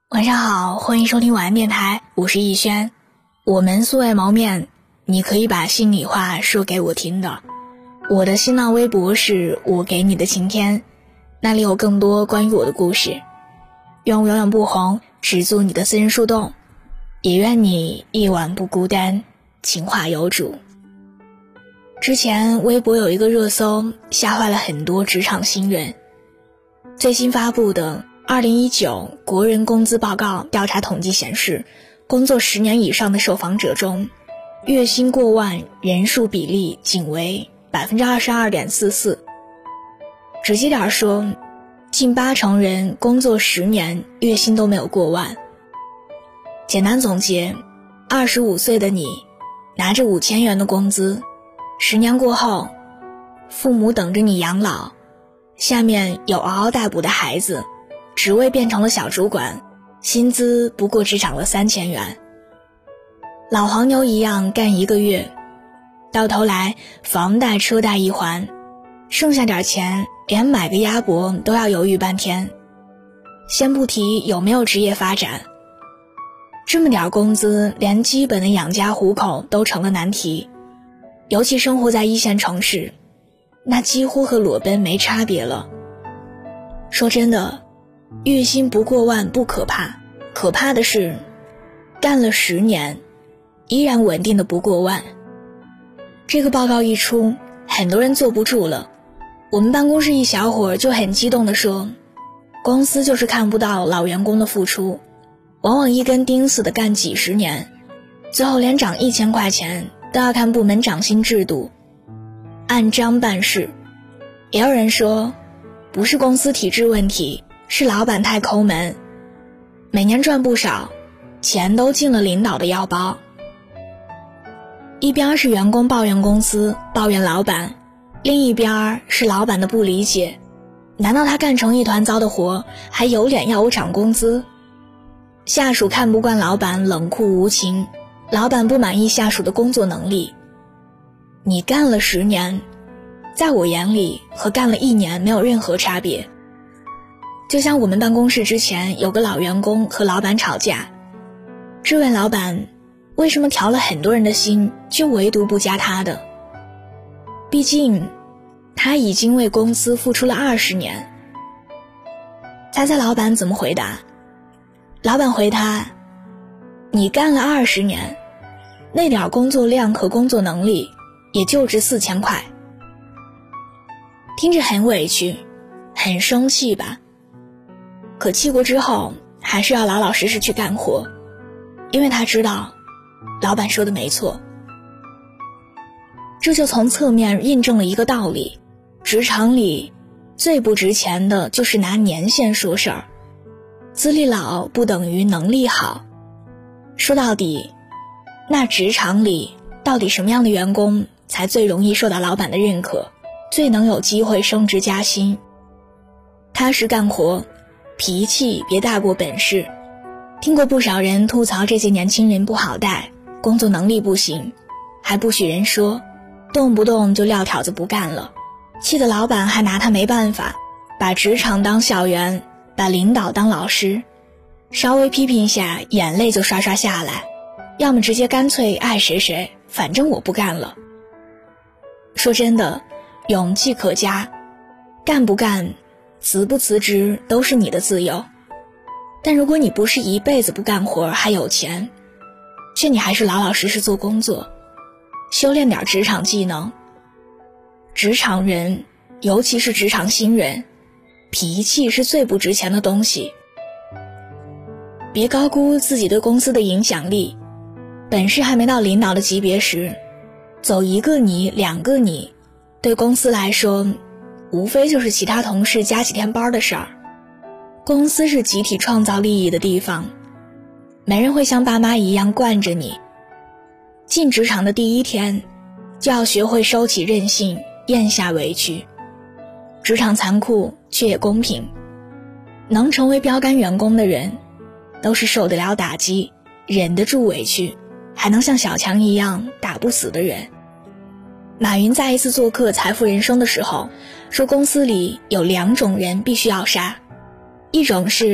晚上好，欢迎收听晚安电台，我是逸轩。我们素未谋面，你可以把心里话说给我听的。我的新浪微博是我给你的晴天，那里有更多关于我的故事。愿我永远不红，只做你的私人树洞，也愿你一晚不孤单，情话有主。之前微博有一个热搜，吓坏了很多职场新人。最新发布的2019国人工资报告调查统计显示，工作10年以上的受访者中，月薪过万人数比例仅为 22.44%。 直接点说，近80%人工作10年月薪都没有过万。简单总结，25岁的你拿着5000元的工资，10年过后，父母等着你养老，下面有嗷嗷待哺的孩子，职位变成了小主管，薪资不过只涨了3000元。老黄牛一样干1个月，到头来房贷车贷一还，剩下点钱连买个鸭脖都要犹豫半天。先不提有没有职业发展，这么点工资连基本的养家糊口都成了难题。尤其生活在一线城市，那几乎和裸奔没差别了。说真的，月薪不过万不可怕，可怕的是干了10年依然稳定的不过万。这个报告一出，很多人坐不住了。我们办公室一小伙就很激动地说，公司就是看不到老员工的付出，往往一根钉似的干几十年，最后连涨1000块钱都要看部门涨薪制度，按章办事。也有人说，不是公司体制问题，是老板太抠门，每年赚不少，钱都进了领导的腰包。一边是员工抱怨公司，抱怨老板，另一边是老板的不理解，难道他干成一团糟的活，还有脸要我涨工资？下属看不惯老板冷酷无情，老板不满意下属的工作能力。你干了10年，在我眼里和干了1年没有任何差别。就像我们办公室之前有个老员工和老板吵架，质问老板为什么调了很多人的薪，就唯独不加他的。毕竟他已经为公司付出了20年。猜猜老板怎么回答？老板回他，你干了20年，那点工作量和工作能力也就值4000块。听着很委屈，很生气吧？可气过之后，还是要老老实实去干活，因为他知道老板说的没错。这就从侧面印证了一个道理，职场里最不值钱的就是拿年限说事儿，资历老不等于能力好。说到底，那职场里到底什么样的员工才最容易受到老板的认可，最能有机会升职加薪？踏实干活，脾气别大过本事。听过不少人吐槽这些年轻人不好带，工作能力不行，还不许人说，动不动就撂挑子不干了，气得老板还拿他没办法，把职场当校园，把领导当老师，稍微批评下眼泪就刷刷下来，要么直接干脆爱谁谁，反正我不干了。说真的，勇气可嘉，干不干辞不辞职都是你的自由。但如果你不是一辈子不干活还有钱，劝你还是老老实实做工作，修炼点职场技能。职场人，尤其是职场新人，脾气是最不值钱的东西。别高估自己对公司的影响力，本事还没到领导的级别时，走1个你2个你，对公司来说无非就是其他同事加几天班的事儿。公司是集体创造利益的地方，没人会像爸妈一样惯着你。进职场的第1天，就要学会收起任性，咽下委屈。职场残酷，却也公平。能成为标杆员工的人，都是受得了打击，忍得住委屈，还能像小强一样打不死的人。马云在一次做客《财富人生》的时候，说公司里有2种人必须要杀，一种是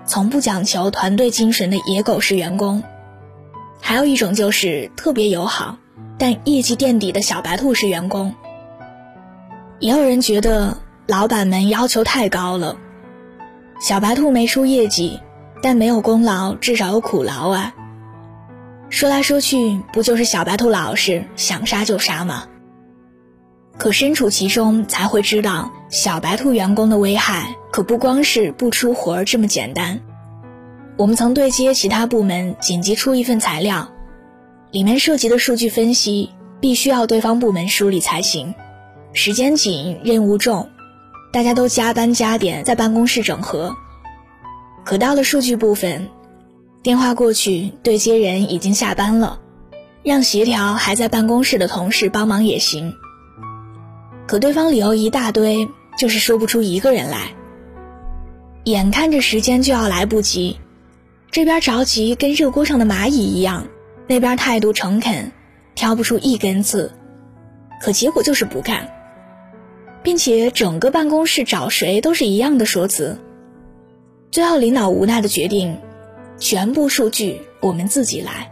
从不讲求团队精神的野狗式员工，还有一种就是特别友好但业绩垫底的小白兔式员工。也有人觉得老板们要求太高了，小白兔没出业绩，但没有功劳至少有苦劳啊。说来说去不就是小白兔老实，想杀就杀吗？可身处其中才会知道，小白兔员工的危害可不光是不出活这么简单。我们曾对接其他部门紧急出一份材料，里面涉及的数据分析必须要对方部门梳理才行，时间紧，任务重，大家都加班加点在办公室整合。可到了数据部分，电话过去，对接人已经下班了，让协调还在办公室的同事帮忙也行。可对方理由一大堆，就是说不出一个人来。眼看着时间就要来不及，这边着急跟热锅上的蚂蚁一样，那边态度诚恳，挑不出一根刺，可结果就是不干，并且整个办公室找谁都是一样的说辞。最后领导无奈的决定，全部数据我们自己来。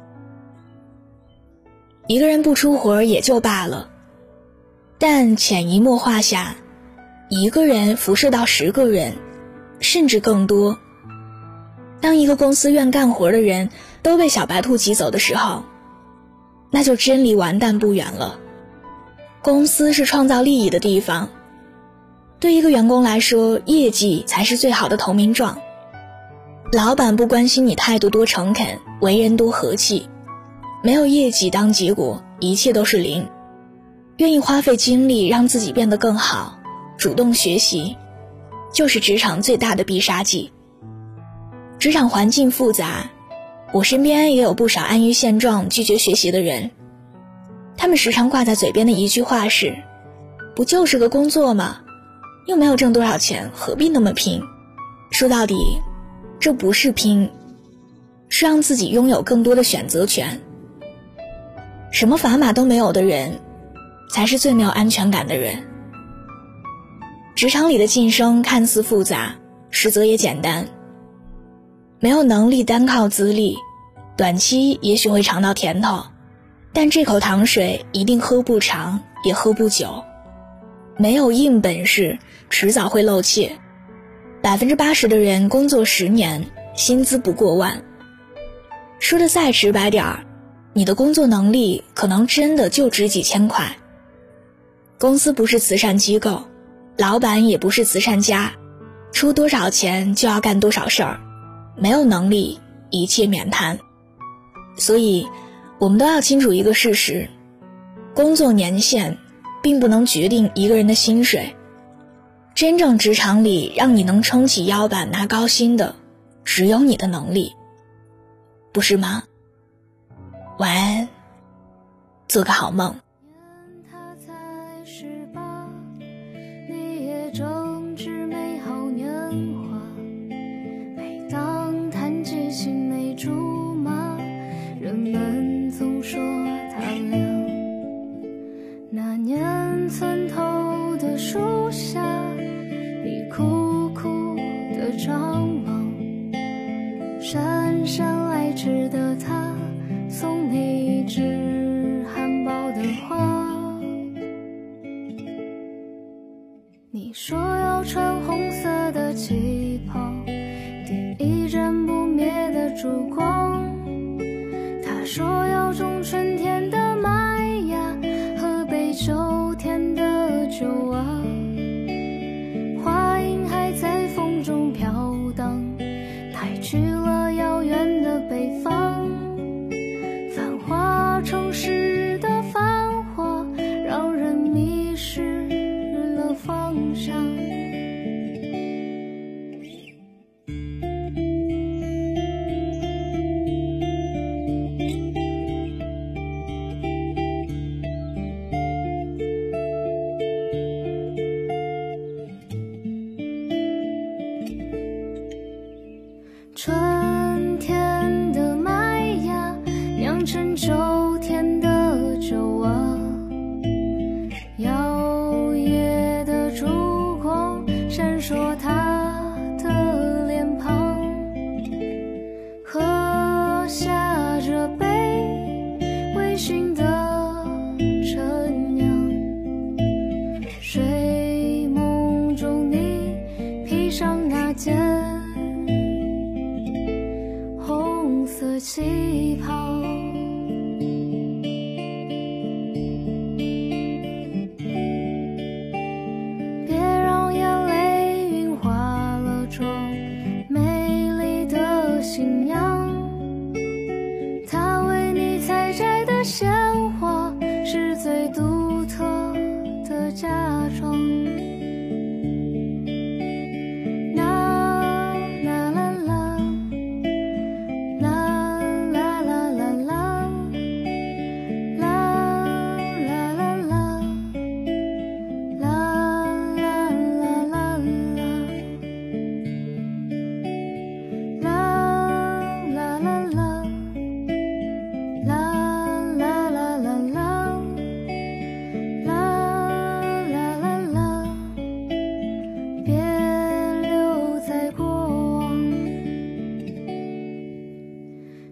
一个人不出活也就罢了，但潜移默化下，一个人辐射到10个人，甚至更多。当一个公司愿干活的人都被小白兔挤走的时候，那就真离完蛋不远了。公司是创造利益的地方，对一个员工来说，业绩才是最好的投名状。老板不关心你态度多诚恳，为人多和气，没有业绩当结果，一切都是零。愿意花费精力让自己变得更好，主动学习，就是职场最大的必杀技。职场环境复杂，我身边也有不少安于现状拒绝学习的人，他们时常挂在嘴边的一句话是，不就是个工作吗？又没有挣多少钱，何必那么拼？说到底，这不是拼，是让自己拥有更多的选择权。什么砝码都没有的人，才是最没有安全感的人。职场里的晋升看似复杂，实则也简单。没有能力单靠资历，短期也许会尝到甜头，但这口糖水一定喝不长，也喝不久。没有硬本事，迟早会露怯。80%的人工作10年，薪资不过万。说的再直白点儿，你的工作能力可能真的就值几千块。公司不是慈善机构，老板也不是慈善家，出多少钱就要干多少事儿，没有能力，一切免谈。所以我们都要清楚一个事实，工作年限并不能决定一个人的薪水。真正职场里让你能撑起腰板拿高薪的，只有你的能力，不是吗？晚安，做个好梦。 他才18，你也正值美好年华。每当谈及青梅竹马，人们总说他俩。那年村头的树下，你苦苦的张望，姗姗来迟的他送你一枝含苞的花。你说要穿红色的旗袍，点一盏不灭的烛光。他说要种春天的麦芽，喝杯秋天的酒啊。话音还在风中飘荡，带去了遥远的北方。繁华城市的繁华，让人迷失了方向。春天的麦芽酿成秋天的酒啊，摇曳的烛光闪烁他的脸庞。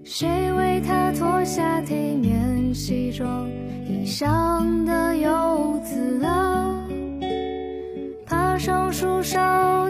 谁为他脱下体面西装，异乡的游子啊，爬上树梢